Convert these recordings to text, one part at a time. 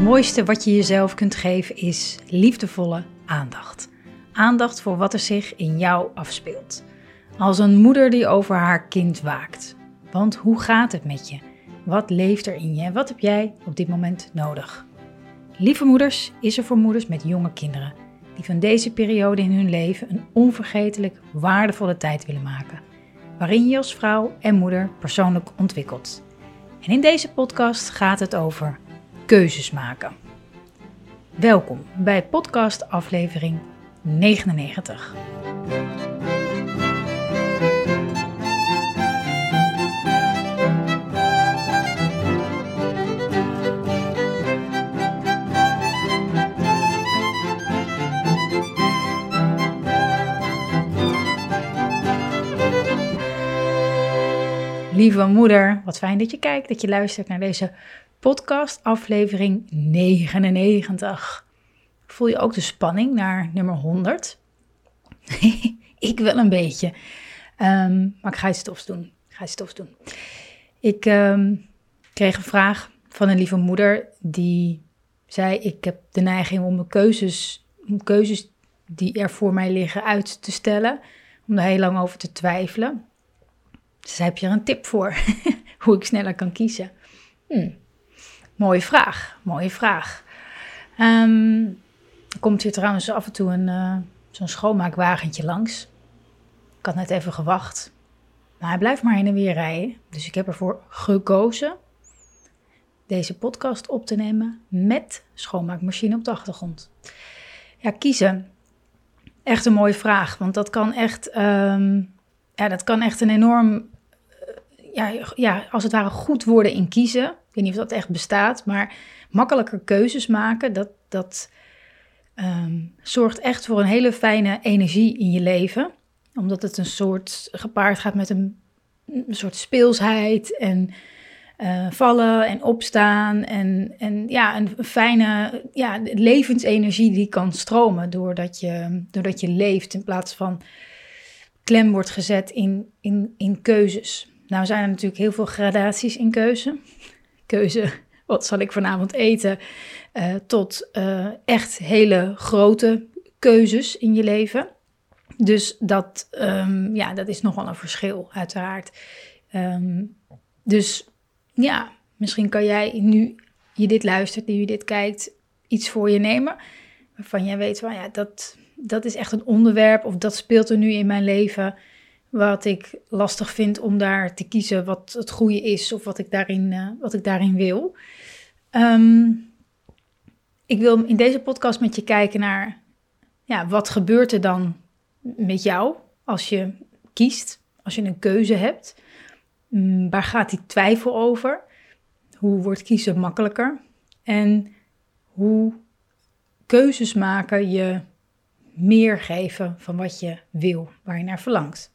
mooiste wat je jezelf kunt geven is liefdevolle aandacht. Aandacht voor wat er zich in jou afspeelt. Als een moeder die over haar kind waakt. Want hoe gaat het met je? Wat leeft er in je? Wat heb jij op dit moment nodig? Lieve Moeders is er voor moeders met jonge kinderen. Die van deze periode in hun leven een onvergetelijk waardevolle tijd willen maken. Waarin je als vrouw en moeder persoonlijk ontwikkelt. En in deze podcast gaat het over keuzes maken. Welkom bij podcast aflevering 99. Lieve moeder, wat fijn dat je kijkt, dat je luistert naar deze podcast aflevering 99. Voel je ook de spanning naar nummer 100? Ik wel een beetje. Maar ik ga iets tofs doen. Ik kreeg een vraag van een lieve moeder die zei: ik heb de neiging om mijn keuzes die er voor mij liggen uit te stellen. Om er heel lang over te twijfelen. Dus heb je er een tip voor hoe ik sneller kan kiezen? Mooie vraag. Er komt hier trouwens af en toe zo'n schoonmaakwagentje langs. Ik had net even gewacht. Maar hij blijft maar heen en weer rijden. Dus ik heb ervoor gekozen deze podcast op te nemen met schoonmaakmachine op de achtergrond. Ja, kiezen. Echt een mooie vraag. Want dat kan echt een enorm, als het ware goed worden in kiezen. Ik weet niet of dat echt bestaat, maar makkelijker keuzes maken, dat zorgt echt voor een hele fijne energie in je leven. Omdat het een soort gepaard gaat met een soort speelsheid en vallen en opstaan. En een fijne levensenergie die kan stromen doordat je leeft in plaats van klem wordt gezet in keuzes. Nou zijn er natuurlijk heel veel gradaties in keuze, wat zal ik vanavond eten, tot echt hele grote keuzes in je leven. Dus dat is nogal een verschil, uiteraard. Misschien kan jij, nu je dit luistert, nu je dit kijkt, iets voor je nemen, waarvan jij weet van dat is echt een onderwerp, of dat speelt er nu in mijn leven, wat ik lastig vind om daar te kiezen wat het goede is, of wat ik daarin wil. Ik wil in deze podcast met je kijken naar, wat gebeurt er dan met jou als je kiest, als je een keuze hebt. Waar gaat die twijfel over? Hoe wordt kiezen makkelijker? En hoe keuzes maken je meer geven van wat je wil, waar je naar verlangt.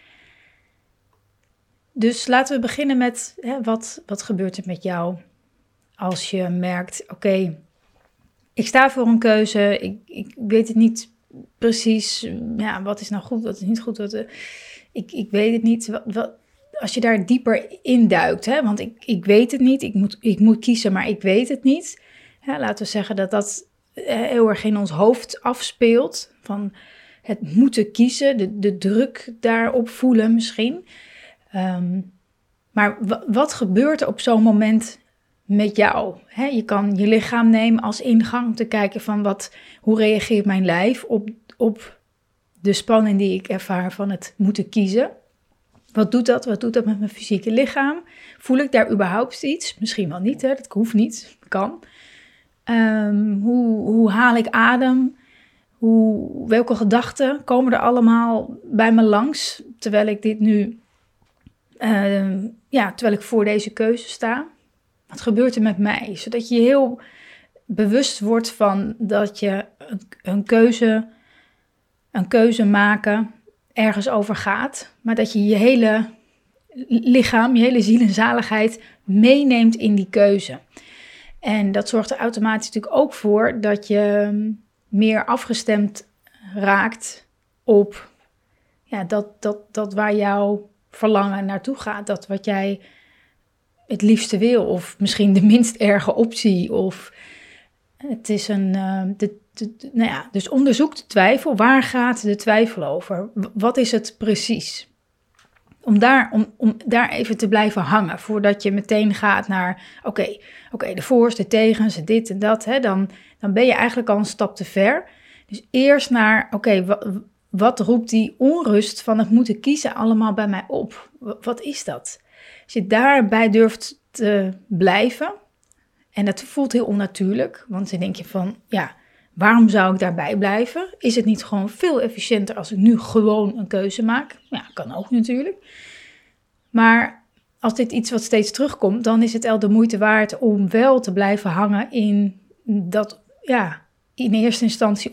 Dus laten we beginnen met wat gebeurt er met jou als je merkt, oké, ik sta voor een keuze, ik weet het niet precies, wat is nou goed, wat is niet goed, ik weet het niet. Als je daar dieper induikt, want ik weet het niet, ik moet kiezen, maar ik weet het niet. Laten we zeggen dat heel erg in ons hoofd afspeelt, van het moeten kiezen, de druk daarop voelen misschien. Maar wat gebeurt er op zo'n moment met jou? Je kan je lichaam nemen als ingang om te kijken van hoe reageert mijn lijf op de spanning die ik ervaar van het moeten kiezen. Wat doet dat? Wat doet dat met mijn fysieke lichaam? Voel ik daar überhaupt iets? Misschien wel niet, dat hoeft niet, kan. Hoe haal ik adem? Welke gedachten komen er allemaal bij me langs terwijl ik dit nu, terwijl ik voor deze keuze sta? Wat gebeurt er met mij? Zodat je heel bewust wordt van dat je een keuze maken ergens over gaat, maar dat je je hele lichaam, je hele ziel en zaligheid meeneemt in die keuze. En dat zorgt er automatisch natuurlijk ook voor dat je meer afgestemd raakt op dat waar jouw verlangen naartoe gaat. Dat wat jij het liefste wil, of misschien de minst erge optie, of Het is dus onderzoek de twijfel. Waar gaat de twijfel over? Wat is het precies? Om daar even te blijven hangen, voordat je meteen gaat naar, oké, de voor's, de tegens, dit en dat. Hè, dan ben je eigenlijk al een stap te ver. Dus eerst naar, wat roept die onrust van het moeten kiezen allemaal bij mij op? Wat is dat? Als je daarbij durft te blijven, en dat voelt heel onnatuurlijk, want dan denk je van, waarom zou ik daarbij blijven? Is het niet gewoon veel efficiënter als ik nu gewoon een keuze maak? Ja, kan ook natuurlijk. Maar als dit iets wat steeds terugkomt, dan is het al de moeite waard om wel te blijven hangen in dat, in eerste instantie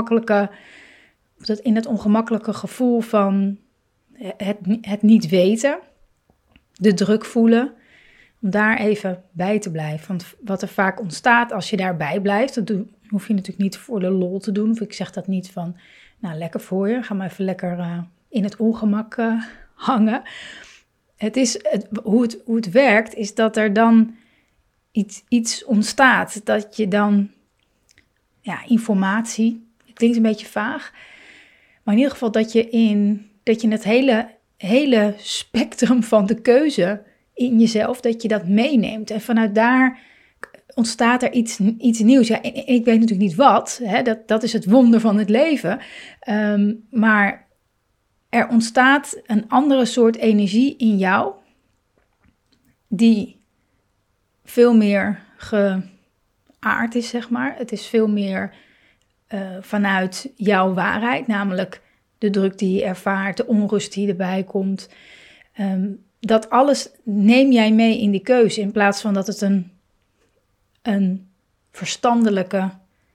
in het ongemakkelijke gevoel van het niet weten, de druk voelen, om daar even bij te blijven. Want wat er vaak ontstaat als je daarbij blijft, dat hoef je natuurlijk niet voor de lol te doen. Of ik zeg dat niet van, lekker voor je, ga maar even lekker in het ongemak hangen. Hoe het werkt, is dat er dan iets ontstaat. Dat je dan, informatie, het klinkt een beetje vaag, maar in ieder geval dat je het hele spectrum van de keuze in jezelf, dat je dat meeneemt. En vanuit daar ontstaat er iets nieuws. Ja, ik weet natuurlijk niet wat, hè, dat is het wonder van het leven. Maar er ontstaat een andere soort energie in jou, die veel meer geaard is, zeg maar. Het is veel meer vanuit jouw waarheid, namelijk de druk die je ervaart, de onrust die erbij komt. Dat alles neem jij mee in die keuze, in plaats van dat het een verstandelijke,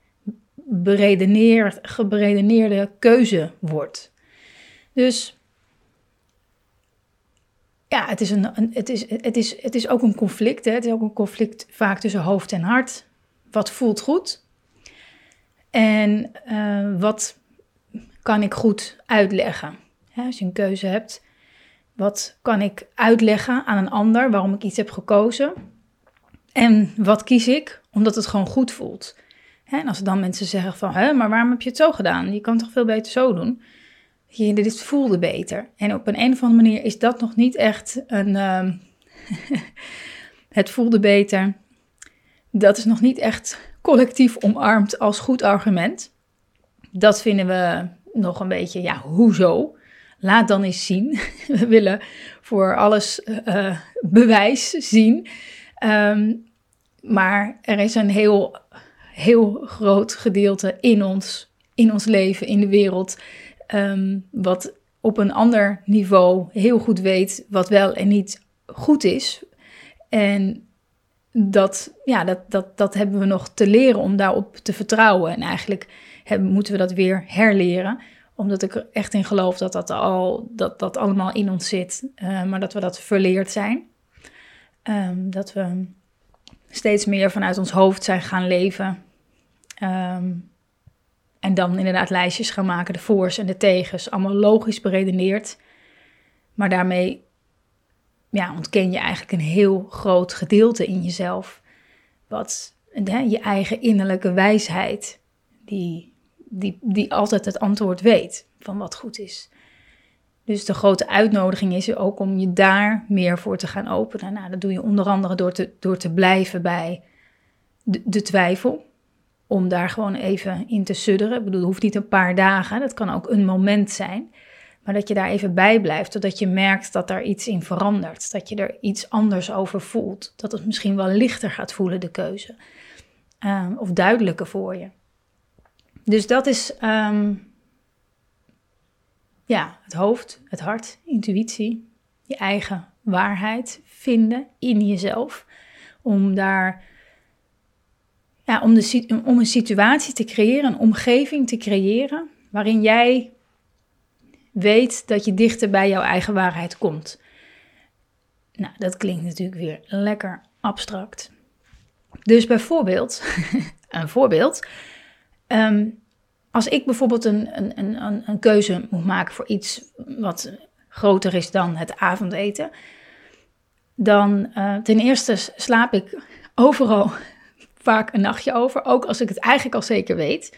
geberedeneerde keuze wordt. Dus het is ook een conflict. Hè? Het is ook een conflict vaak tussen hoofd en hart. Wat voelt goed? En wat kan ik goed uitleggen? Hè, als je een keuze hebt, wat kan ik uitleggen aan een ander waarom ik iets heb gekozen? En wat kies ik? Omdat het gewoon goed voelt. Hè, en als er dan mensen zeggen van, maar waarom heb je het zo gedaan? Je kan toch veel beter zo doen? Dit voelde beter. En op een of andere manier is dat nog niet echt het voelde beter. Dat is nog niet echt collectief omarmd als goed argument. Dat vinden we nog een beetje, hoezo? Laat dan eens zien. We willen voor alles bewijs zien. Maar er is een heel groot gedeelte in ons leven, in de wereld, wat op een ander niveau heel goed weet wat wel en niet goed is. En dat hebben we nog te leren om daarop te vertrouwen. En eigenlijk moeten we dat weer herleren, omdat ik er echt in geloof dat allemaal in ons zit, maar dat we dat verleerd zijn. Dat we steeds meer vanuit ons hoofd zijn gaan leven. En dan inderdaad lijstjes gaan maken, de voor's en de tegens, allemaal logisch beredeneerd. Maar daarmee ontken je eigenlijk een heel groot gedeelte in jezelf. Wat je eigen innerlijke wijsheid, die altijd het antwoord weet van wat goed is. Dus de grote uitnodiging is ook om je daar meer voor te gaan openen. Nou, dat doe je onder andere door te blijven bij de twijfel. Om daar gewoon even in te sudderen. Ik bedoel, het hoeft niet een paar dagen. Dat kan ook een moment zijn. Maar dat je daar even bij blijft. Totdat je merkt dat er iets in verandert. Dat je er iets anders over voelt. Dat het misschien wel lichter gaat voelen, de keuze. Of duidelijker voor je. Dus dat is het hoofd, het hart, intuïtie. Je eigen waarheid vinden in jezelf. Om daar... om een situatie te creëren, een omgeving te creëren, waarin jij weet dat je dichter bij jouw eigen waarheid komt. Nou, dat klinkt natuurlijk weer lekker abstract. Dus bijvoorbeeld, een voorbeeld, als ik bijvoorbeeld een keuze moet maken voor iets wat groter is dan het avondeten, dan ten eerste slaap ik overal vaak een nachtje over, ook als ik het eigenlijk al zeker weet.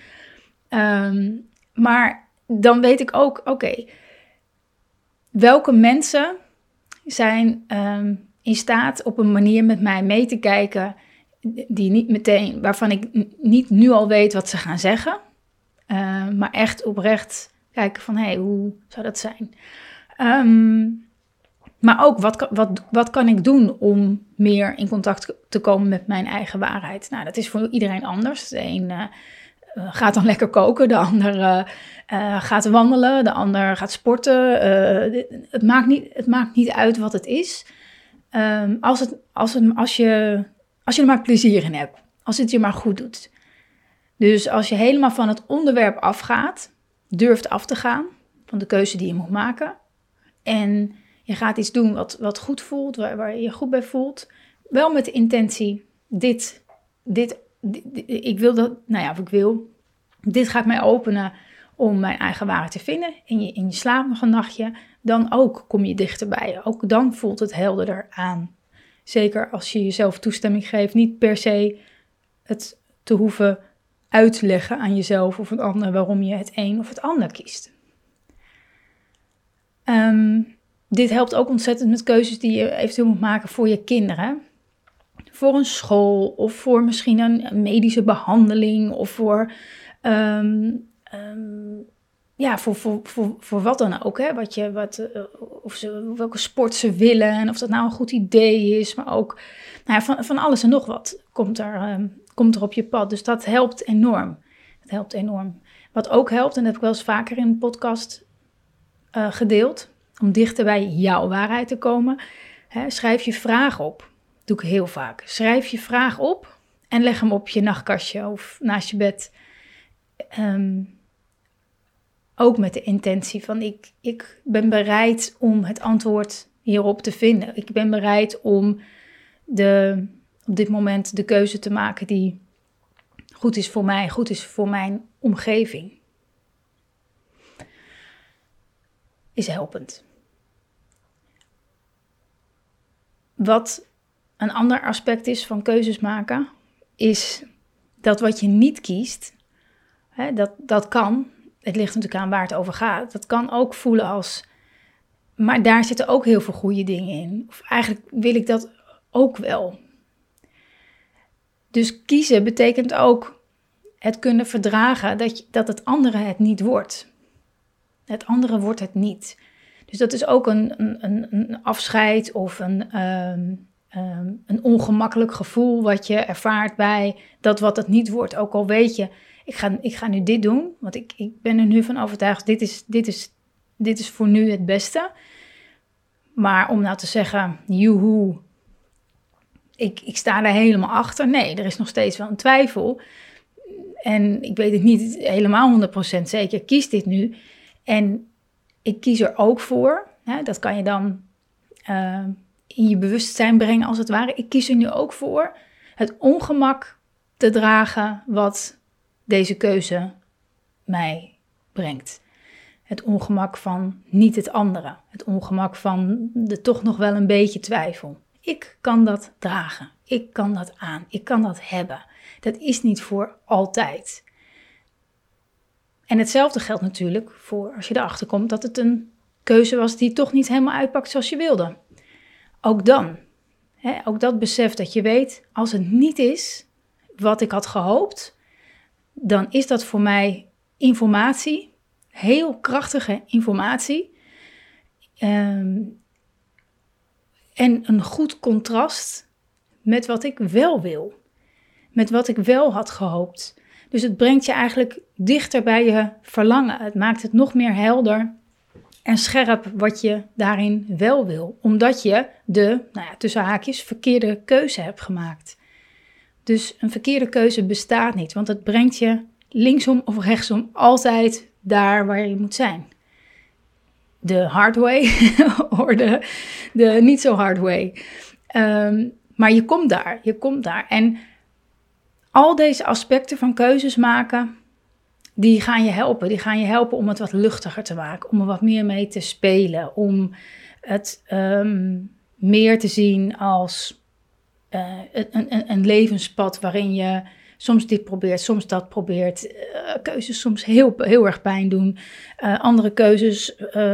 Maar dan weet ik ook, oké, welke mensen zijn in staat op een manier met mij mee te kijken die niet meteen, waarvan ik niet nu al weet wat ze gaan zeggen, maar echt oprecht kijken van, hoe zou dat zijn? Maar ook, wat kan ik doen om meer in contact te komen met mijn eigen waarheid? Nou, dat is voor iedereen anders. De een gaat dan lekker koken, de ander gaat wandelen, de ander gaat sporten. Het maakt niet uit wat het is. Als je er maar plezier in hebt. Als het je maar goed doet. Dus als je helemaal van het onderwerp afgaat, durft af te gaan van de keuze die je moet maken. En je gaat iets doen wat goed voelt, waar je je goed bij voelt. Wel met de intentie, dit gaat mij openen om mijn eigen waarheid te vinden. In je slaapt nog een nachtje, dan ook kom je dichterbij. Ook dan voelt het helderder aan. Zeker als je jezelf toestemming geeft, niet per se het te hoeven uitleggen aan jezelf of een ander waarom je het een of het ander kiest. Dit helpt ook ontzettend met keuzes die je eventueel moet maken voor je kinderen. Voor een school of voor misschien een medische behandeling of voor wat dan ook. Hè? Welke sport ze willen en of dat nou een goed idee is. Maar ook van alles en nog wat komt er op je pad. Dus dat helpt enorm. Wat ook helpt, en dat heb ik wel eens vaker in een podcast gedeeld, om dichter bij jouw waarheid te komen. Schrijf je vraag op. Dat doe ik heel vaak. Schrijf je vraag op en leg hem op je nachtkastje of naast je bed. Ook met de intentie van ik ben bereid om het antwoord hierop te vinden. Ik ben bereid om op dit moment de keuze te maken die goed is voor mij, goed is voor mijn omgeving. Is helpend. Wat een ander aspect is van keuzes maken, is dat wat je niet kiest, dat kan, het ligt natuurlijk aan waar het over gaat, dat kan ook voelen als, maar daar zitten ook heel veel goede dingen in. Of eigenlijk wil ik dat ook wel. Dus kiezen betekent ook het kunnen verdragen dat het andere het niet wordt. Het andere wordt het niet. Dus dat is ook een afscheid of een ongemakkelijk gevoel wat je ervaart bij dat wat het niet wordt. Ook al weet je, ik ga nu dit doen, want ik ben er nu van overtuigd, dit is voor nu het beste. Maar om nou te zeggen, joehoe, ik sta er helemaal achter. Nee, er is nog steeds wel een twijfel. En ik weet het niet helemaal 100% zeker, kies dit nu. En ik kies er ook voor, dat kan je dan in je bewustzijn brengen als het ware. Ik kies er nu ook voor het ongemak te dragen wat deze keuze mij brengt. Het ongemak van niet het andere. Het ongemak van de toch nog wel een beetje twijfel. Ik kan dat dragen. Ik kan dat aan. Ik kan dat hebben. Dat is niet voor altijd. En hetzelfde geldt natuurlijk voor als je erachter komt dat het een keuze was die toch niet helemaal uitpakt zoals je wilde. Ook dan. Ook dat besef dat je weet, als het niet is wat ik had gehoopt, dan is dat voor mij informatie, heel krachtige informatie. En een goed contrast met wat ik wel wil. Met wat ik wel had gehoopt. Dus het brengt je eigenlijk dichter bij je verlangen. Het maakt het nog meer helder en scherp wat je daarin wel wil. Omdat je tussen haakjes, verkeerde keuze hebt gemaakt. Dus een verkeerde keuze bestaat niet. Want het brengt je linksom of rechtsom altijd daar waar je moet zijn. De hard way of de niet zo hard way. Maar je komt daar. En al deze aspecten van keuzes maken, die gaan je helpen. Die gaan je helpen om het wat luchtiger te maken. Om er wat meer mee te spelen. Om het meer te zien als een levenspad waarin je soms dit probeert, soms dat probeert. Keuzes soms heel erg pijn doen. Andere keuzes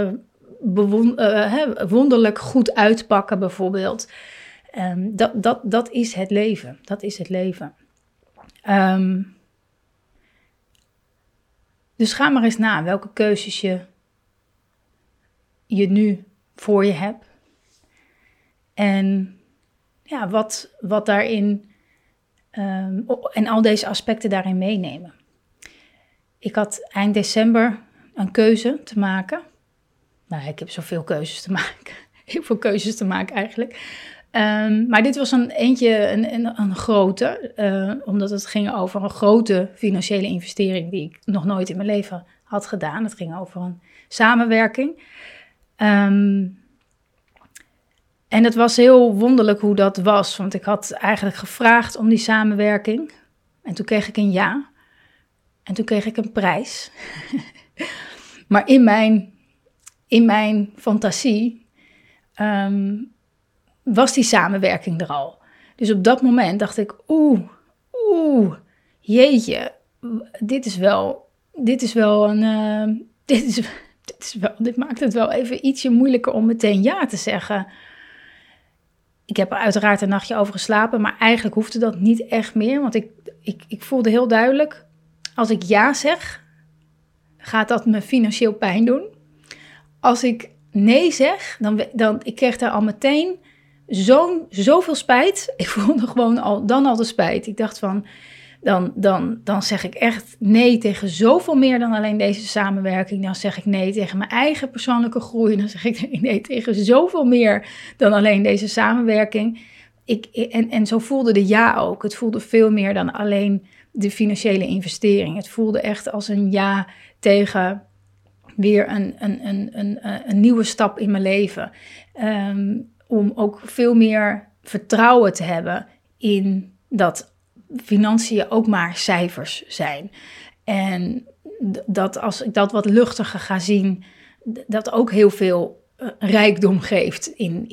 wonderlijk goed uitpakken bijvoorbeeld. Dat is het leven. Dat is het leven. Dus ga maar eens na welke keuzes je nu voor je hebt. En ja, wat daarin en al deze aspecten daarin meenemen. Ik had eind december een keuze te maken. Nou, ik heb zoveel keuzes te maken. Heel veel keuzes te maken eigenlijk. Maar dit was een grote, omdat het ging over een grote financiële investering die ik nog nooit in mijn leven had gedaan. Het ging over een samenwerking. En het was heel wonderlijk hoe dat was, want ik had eigenlijk gevraagd om die samenwerking. En toen kreeg ik een ja. En toen kreeg ik een prijs. Maar in mijn fantasie was die samenwerking er al. Dus op dat moment dacht ik, jeetje, dit maakt het wel even ietsje moeilijker om meteen ja te zeggen. Ik heb er uiteraard een nachtje over geslapen, maar eigenlijk hoefde dat niet echt meer. Want ik voelde heel duidelijk, als ik ja zeg, gaat dat me financieel pijn doen. Als ik nee zeg, dan ik kreeg daar al meteen zoveel spijt. Ik voelde gewoon al de spijt. Ik dacht van, dan zeg ik echt nee tegen zoveel meer dan alleen deze samenwerking. Dan zeg ik nee tegen mijn eigen persoonlijke groei. Dan zeg ik nee tegen zoveel meer dan alleen deze samenwerking. En zo voelde de ja ook. Het voelde veel meer dan alleen de financiële investering. Het voelde echt als een ja tegen weer een nieuwe stap in mijn leven. Om ook veel meer vertrouwen te hebben in dat financiën ook maar cijfers zijn. En dat als ik dat wat luchtiger ga zien, dat ook heel veel rijkdom geeft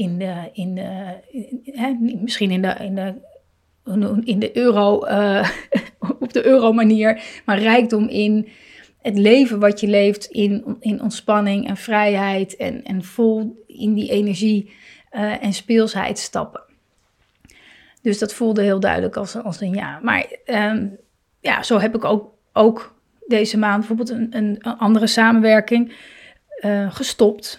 misschien in de euro, op de euro-manier, maar rijkdom in het leven wat je leeft in ontspanning en vrijheid en vol in die energie en speelsheid stappen. Dus dat voelde heel duidelijk als een ja. Maar zo heb ik ook deze maand bijvoorbeeld een andere samenwerking gestopt.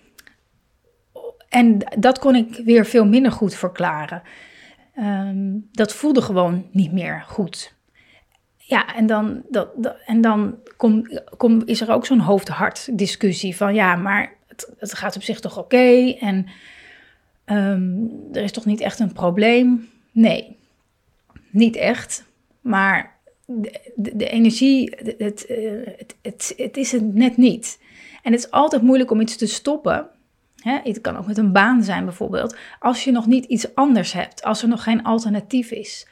En dat kon ik weer veel minder goed verklaren. Dat voelde gewoon niet meer goed. Ja, en dan is er ook zo'n hoofd-hart discussie van ja, maar het gaat op zich toch oké en er is toch niet echt een probleem? Nee, niet echt. Maar de energie, het is het net niet. En het is altijd moeilijk om iets te stoppen. Het kan ook met een baan zijn bijvoorbeeld. Als je nog niet iets anders hebt, als er nog geen alternatief is.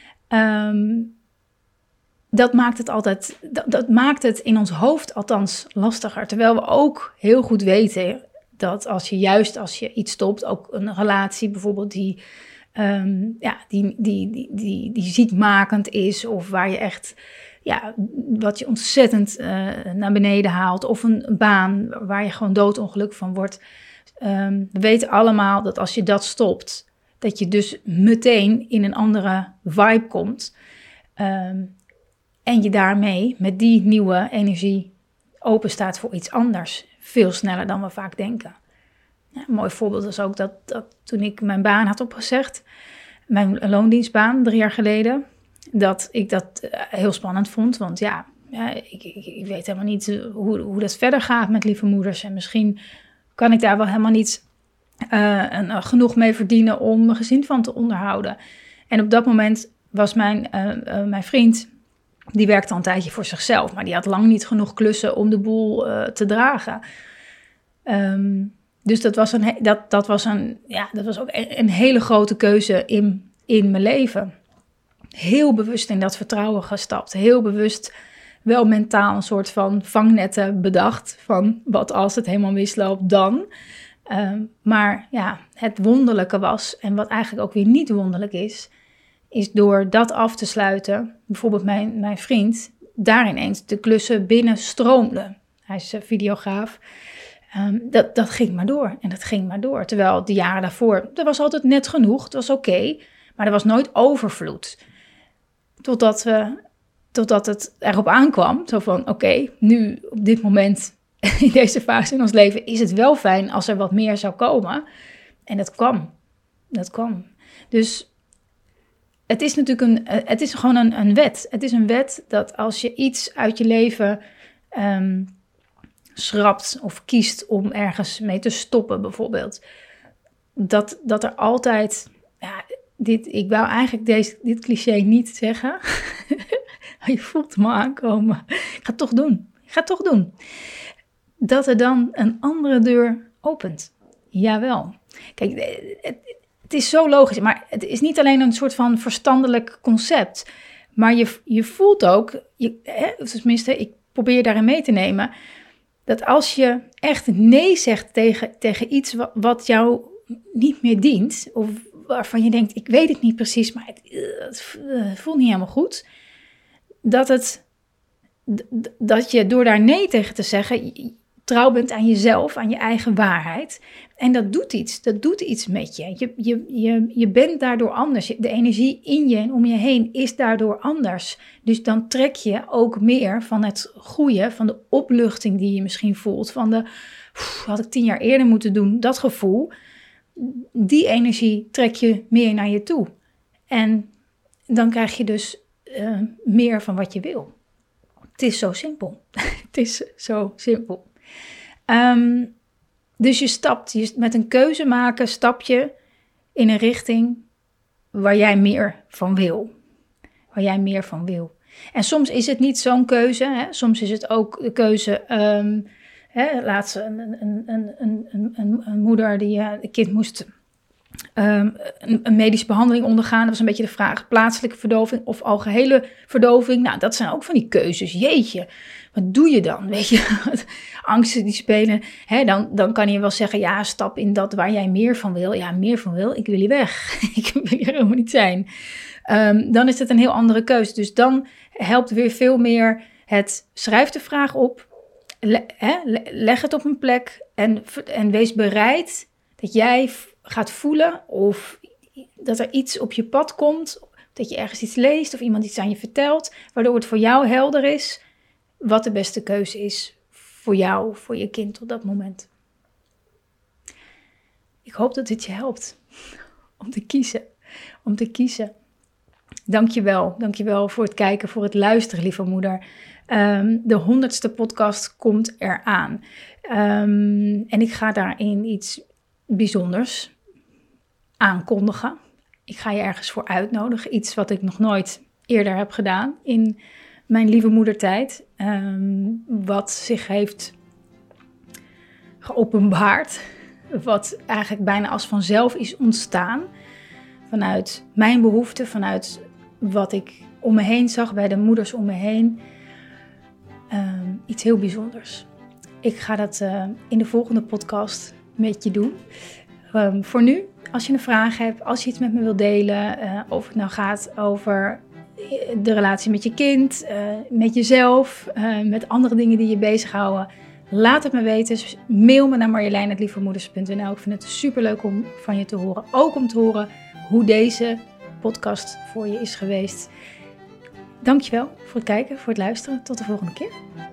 Dat maakt het in ons hoofd althans lastiger. Terwijl we ook heel goed weten dat als je iets stopt, ook een relatie bijvoorbeeld die ziekmakend is, of waar je echt, wat je ontzettend naar beneden haalt, of een baan waar je gewoon doodongelukkig van wordt. We weten allemaal dat als je dat stopt, dat je dus meteen in een andere vibe komt. En je daarmee met die nieuwe energie open staat voor iets anders. Veel sneller dan we vaak denken. Ja, een mooi voorbeeld is ook dat toen ik mijn baan had opgezegd, mijn loondienstbaan 3 jaar geleden, dat ik dat heel spannend vond. Want ik weet helemaal niet hoe dat verder gaat met lieve moeders. En misschien kan ik daar wel helemaal niet genoeg mee verdienen om mijn gezin van te onderhouden. En op dat moment was mijn vriend, die werkte al een tijdje voor zichzelf, maar die had lang niet genoeg klussen om de boel te dragen. Dus dat was ook een hele grote keuze in mijn leven. Heel bewust in dat vertrouwen gestapt. Heel bewust wel mentaal een soort van vangnetten bedacht van wat als het helemaal misloopt dan. Maar ja, het wonderlijke was, en wat eigenlijk ook weer niet wonderlijk is door dat af te sluiten, bijvoorbeeld mijn vriend, daar ineens de klussen binnen stroomden. Hij is videograaf. Dat ging maar door en dat ging maar door. Terwijl de jaren daarvoor, er was altijd net genoeg, het was oké, maar er was nooit overvloed. Totdat het erop aankwam, zo van oké, nu op dit moment in deze fase in ons leven is het wel fijn als er wat meer zou komen. En dat kwam. Dus het is natuurlijk het is gewoon een wet. Het is een wet dat als je iets uit je leven schrapt of kiest om ergens mee te stoppen bijvoorbeeld, dat er altijd, ja, ik wou eigenlijk dit cliché niet zeggen. Je voelt me aankomen. Ik ga het toch doen. Dat er dan een andere deur opent. Jawel. Kijk, het is zo logisch, maar het is niet alleen een soort van verstandelijk concept. Maar je voelt ook, tenminste, ik probeer daarin mee te nemen, dat als je echt nee zegt tegen iets wat jou niet meer dient, of waarvan je denkt, ik weet het niet precies, maar het voelt niet helemaal goed, dat je door daar nee tegen te zeggen, trouw bent aan jezelf, aan je eigen waarheid. En dat doet iets met je. Je bent daardoor anders. De energie in je en om je heen is daardoor anders. Dus dan trek je ook meer van het goede, van de opluchting die je misschien voelt, van de, had ik 10 jaar eerder moeten doen, dat gevoel. Die energie trek je meer naar je toe. En dan krijg je dus meer van wat je wil. Het is zo simpel. Het is zo simpel. Dus met een keuze maken, stap je in een richting waar jij meer van wil. En soms is het niet zo'n keuze. Hè? Soms is het ook de keuze. Laatst een moeder die een kind moest een medische behandeling ondergaan. Dat was een beetje de vraag, plaatselijke verdoving of algehele verdoving. Nou, dat zijn ook van die keuzes. Jeetje, wat doe je dan? Weet je, angsten die spelen. Dan kan je wel zeggen, ja, stap in dat waar jij meer van wil. Ja, meer van wil, ik wil hier weg. Ik wil hier helemaal niet zijn. Dan is het een heel andere keuze. Dus dan helpt weer veel meer schrijf de vraag op. Leg het op een plek en wees bereid dat jij gaat voelen of dat er iets op je pad komt, dat je ergens iets leest of iemand iets aan je vertelt, waardoor het voor jou helder is wat de beste keuze is voor jou, voor je kind op dat moment. Ik hoop dat dit je helpt om te kiezen. Dankjewel voor het kijken, voor het luisteren, lieve moeder. De 100ste podcast komt eraan. En ik ga daarin iets bijzonders aankondigen. Ik ga je ergens voor uitnodigen. Iets wat ik nog nooit eerder heb gedaan in mijn lieve moedertijd. Wat zich heeft geopenbaard. Wat eigenlijk bijna als vanzelf is ontstaan. Vanuit mijn behoeften, vanuit wat ik om me heen zag bij de moeders om me heen. Iets heel bijzonders. Ik ga dat in de volgende podcast met je doen. Voor nu, als je een vraag hebt, als je iets met me wilt delen, of het nou gaat over de relatie met je kind, met jezelf, met andere dingen die je bezighouden, laat het me weten. Dus mail me naar marjolein@lievemoeders.nl. Ik vind het superleuk om van je te horen. Ook om te horen hoe deze podcast voor je is geweest. Dankjewel voor het kijken, voor het luisteren. Tot de volgende keer.